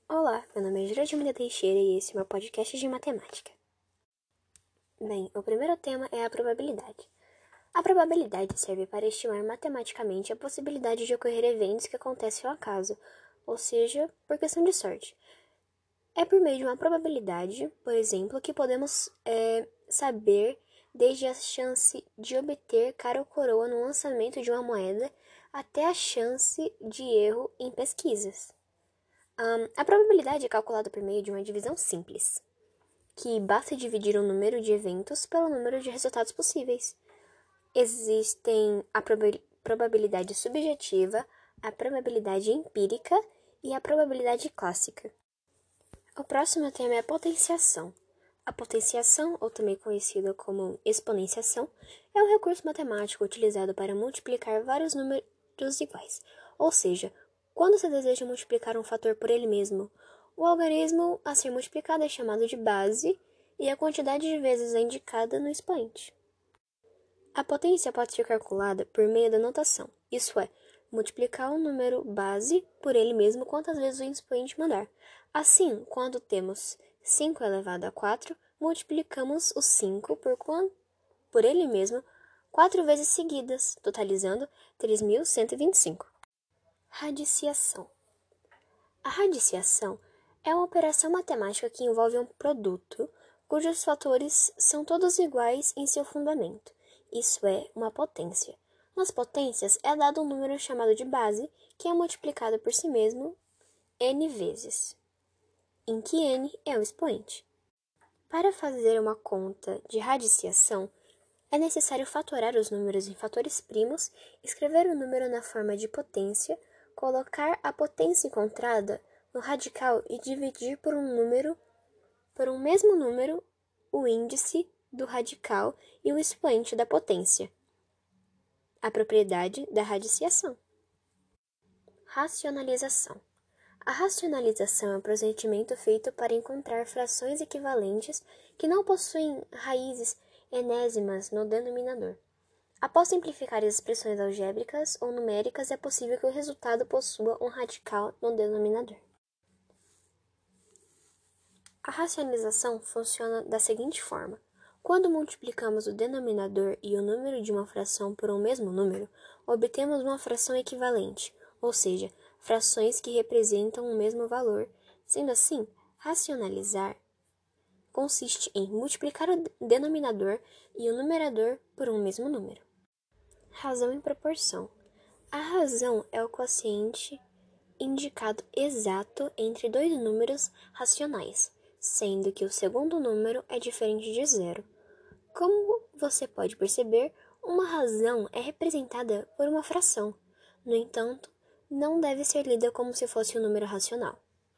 Olá, meu nome é Jurandir Teixeira e esse é meu podcast de matemática. Bem, o primeiro tema é a probabilidade. A probabilidade serve para estimar matematicamente a possibilidade de ocorrer eventos que acontecem ao acaso, ou seja, por questão de sorte. É por meio de uma probabilidade, por exemplo, que podemos saber desde a chance de obter cara ou coroa no lançamento de uma moeda até a chance de erro em pesquisas. A probabilidade é calculada por meio de uma divisão simples, que basta dividir o número de eventos pelo número de resultados possíveis. Existem a probabilidade subjetiva, a probabilidade empírica e a probabilidade clássica. O próximo tema é a potenciação. A potenciação, ou também conhecida como exponenciação, é um recurso matemático utilizado para multiplicar vários números iguais, ou seja, quando se deseja multiplicar um fator por ele mesmo, o algarismo a ser multiplicado é chamado de base e a quantidade de vezes é indicada no expoente. A potência pode ser calculada por meio da notação, isso é, multiplicar um número base por ele mesmo quantas vezes o expoente mandar. Assim, quando temos 5 elevado a 4, multiplicamos o 5 por ele mesmo 4 vezes seguidas, totalizando 3.125. Radiciação. A radiciação é uma operação matemática que envolve um produto cujos fatores são todos iguais em seu fundamento, isso é, uma potência. Nas potências é dado um número chamado de base, que é multiplicado por si mesmo n vezes, em que n é o expoente. Para fazer uma conta de radiciação, é necessário fatorar os números em fatores primos, escrever o número na forma de potência, colocar a potência encontrada no radical e dividir por um mesmo número, o índice do radical e o expoente da potência. A propriedade da radiciação. Racionalização. A racionalização é um procedimento feito para encontrar frações equivalentes que não possuem raízes enésimas no denominador. Após simplificar as expressões algébricas ou numéricas, é possível que o resultado possua um radical no denominador. A racionalização funciona da seguinte forma. Quando multiplicamos o denominador e o número de uma fração por um mesmo número, obtemos uma fração equivalente, ou seja, frações que representam o mesmo valor. Sendo assim, racionalizar consiste em multiplicar o denominador e o numerador por um mesmo número. Razão em proporção. A razão é o quociente indicado exato entre dois números racionais, sendo que o segundo número é diferente de zero. Como você pode perceber, uma razão é representada por uma fração. No entanto, não deve ser lida como se fosse um número racional.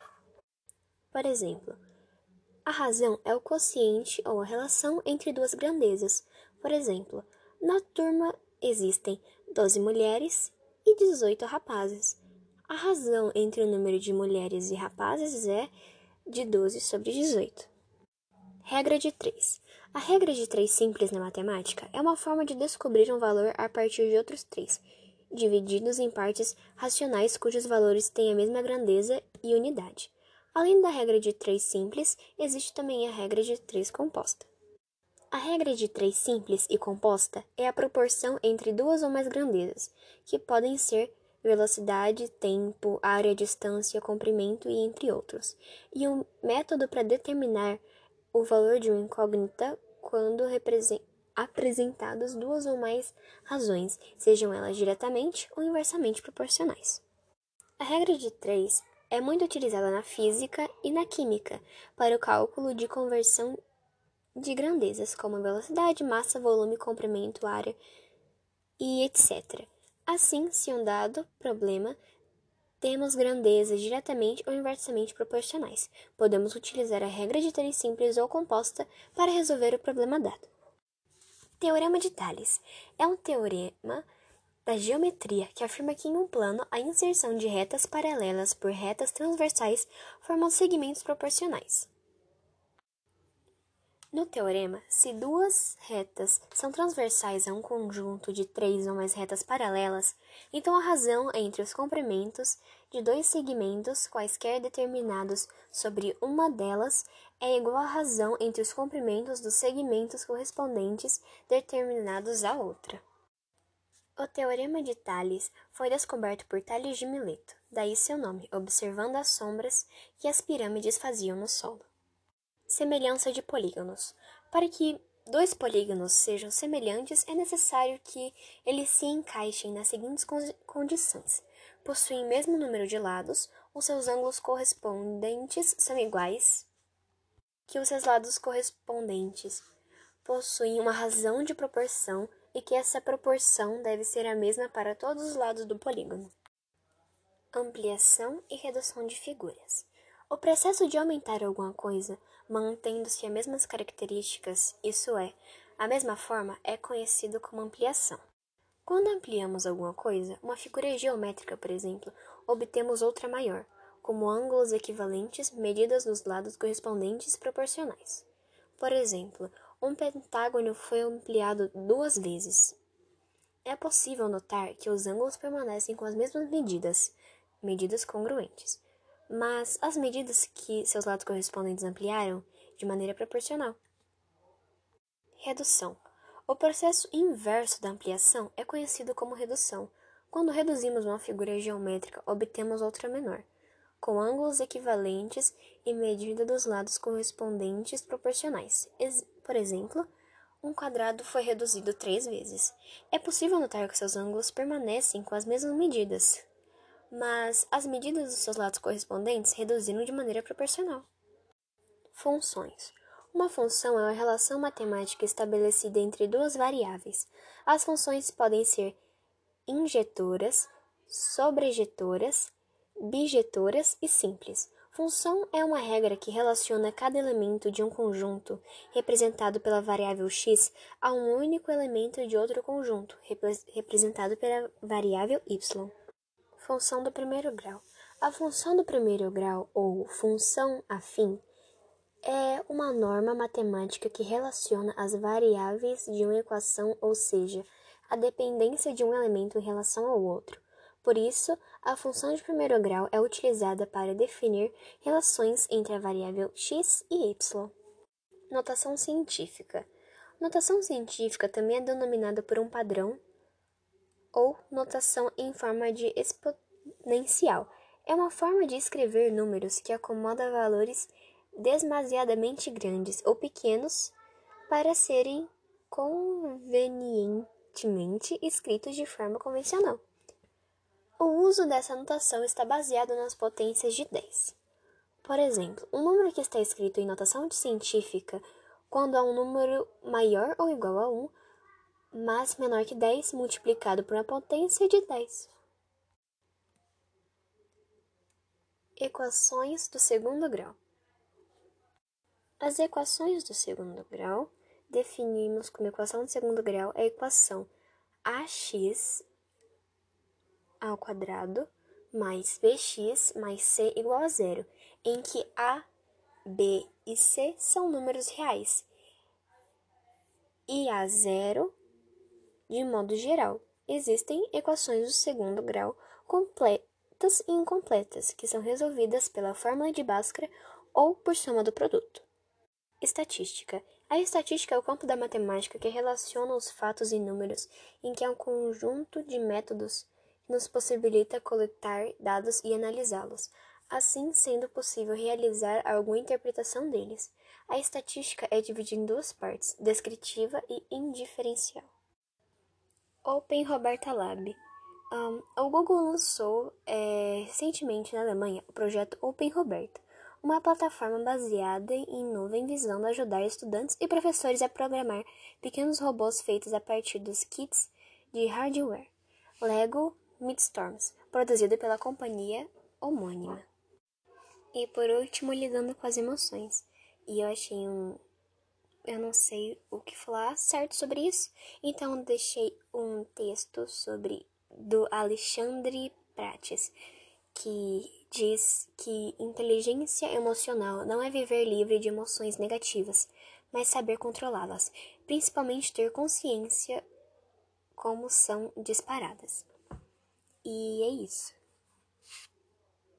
Por exemplo, a razão é o quociente ou a relação entre duas grandezas. Por exemplo, na turma existem 12 mulheres e 18 rapazes. A razão entre o número de mulheres e rapazes é de 12 sobre 18. Regra de 3. A regra de 3 simples na matemática é uma forma de descobrir um valor a partir de outros 3, divididos em partes racionais cujos valores têm a mesma grandeza e unidade. Além da regra de 3 simples, existe também a regra de 3 composta. A regra de 3 simples e composta é a proporção entre duas ou mais grandezas, que podem ser velocidade, tempo, área, distância, comprimento e entre outros, e um método para determinar o valor de uma incógnita quando apresentadas duas ou mais razões, sejam elas diretamente ou inversamente proporcionais. A regra de 3 é muito utilizada na física e na química para o cálculo de conversão de grandezas, como velocidade, massa, volume, comprimento, área e etc. Assim, se um dado problema temos grandezas diretamente ou inversamente proporcionais, podemos utilizar a regra de 3 simples ou composta para resolver o problema dado. Teorema de Tales é um teorema da geometria que afirma que em um plano a inserção de retas paralelas por retas transversais formam segmentos proporcionais. No teorema, se duas retas são transversais a um conjunto de três ou mais retas paralelas, então a razão entre os comprimentos de dois segmentos quaisquer determinados sobre uma delas é igual à razão entre os comprimentos dos segmentos correspondentes determinados à outra. O teorema de Tales foi descoberto por Tales de Mileto, daí seu nome, observando as sombras que as pirâmides faziam no solo. Semelhança de polígonos. Para que dois polígonos sejam semelhantes, é necessário que eles se encaixem nas seguintes condições: possuem o mesmo número de lados, os seus ângulos correspondentes são iguais, que os seus lados correspondentes possuem uma razão de proporção e que essa proporção deve ser a mesma para todos os lados do polígono. Ampliação e redução de figuras. O processo de aumentar alguma coisa, mantendo-se as mesmas características, isso é, a mesma forma, é conhecido como ampliação. Quando ampliamos alguma coisa, uma figura geométrica, por exemplo, obtemos outra maior, como ângulos equivalentes medidas nos lados correspondentes proporcionais. Por exemplo, um pentágono foi ampliado 2 vezes. É possível notar que os ângulos permanecem com as mesmas medidas congruentes, mas as medidas que seus lados correspondentes ampliaram de maneira proporcional. Redução. O processo inverso da ampliação é conhecido como redução. Quando reduzimos uma figura geométrica, obtemos outra menor, com ângulos equivalentes e medida dos lados correspondentes proporcionais. Por exemplo, um quadrado foi reduzido 3 vezes. É possível notar que seus ângulos permanecem com as mesmas medidas, mas as medidas dos seus lados correspondentes reduziram de maneira proporcional. Funções. Uma função é uma relação matemática estabelecida entre duas variáveis. As funções podem ser injetoras, sobrejetoras, bijetoras e simples. Função é uma regra que relaciona cada elemento de um conjunto, representado pela variável x, a um único elemento de outro conjunto, representado pela variável y. Função do primeiro grau. A função do primeiro grau, ou função afim, é uma norma matemática que relaciona as variáveis de uma equação, ou seja, a dependência de um elemento em relação ao outro. Por isso, a função de primeiro grau é utilizada para definir relações entre a variável x e y. Notação científica. Notação científica também é denominada por um padrão ou notação em forma de exponencial. É uma forma de escrever números que acomoda valores demasiadamente grandes ou pequenos para serem convenientemente escritos de forma convencional. O uso dessa notação está baseado nas potências de 10. Por exemplo, um número que está escrito em notação científica quando há um número maior ou igual a 1, mas menor que 10, multiplicado por uma potência de 10. Equações do segundo grau. As equações do segundo grau definimos como equação de segundo grau a equação ax ao quadrado mais bx mais c igual a zero, em que a, b e c são números reais e a zero de modo geral. Existem equações do segundo grau completas e incompletas, que são resolvidas pela fórmula de Bhaskara ou por soma do produto. Estatística. A estatística é o campo da matemática que relaciona os fatos e números, em que é um conjunto de métodos que nos possibilita coletar dados e analisá-los, assim sendo possível realizar alguma interpretação deles. A estatística é dividida em duas partes, descritiva e indiferencial. Open Roberta Lab. O Google lançou recentemente na Alemanha o projeto Open Roberta, uma plataforma baseada em nuvem visando ajudar estudantes e professores a programar pequenos robôs feitos a partir dos kits de hardware Lego Mindstorms, produzido pela companhia homônima. E por último, lidando com as emoções. E eu não sei o que falar certo sobre isso, então deixei um texto do Alexandre Prates, que diz que inteligência emocional não é viver livre de emoções negativas, mas saber controlá-las, principalmente ter consciência como são disparadas. E é isso.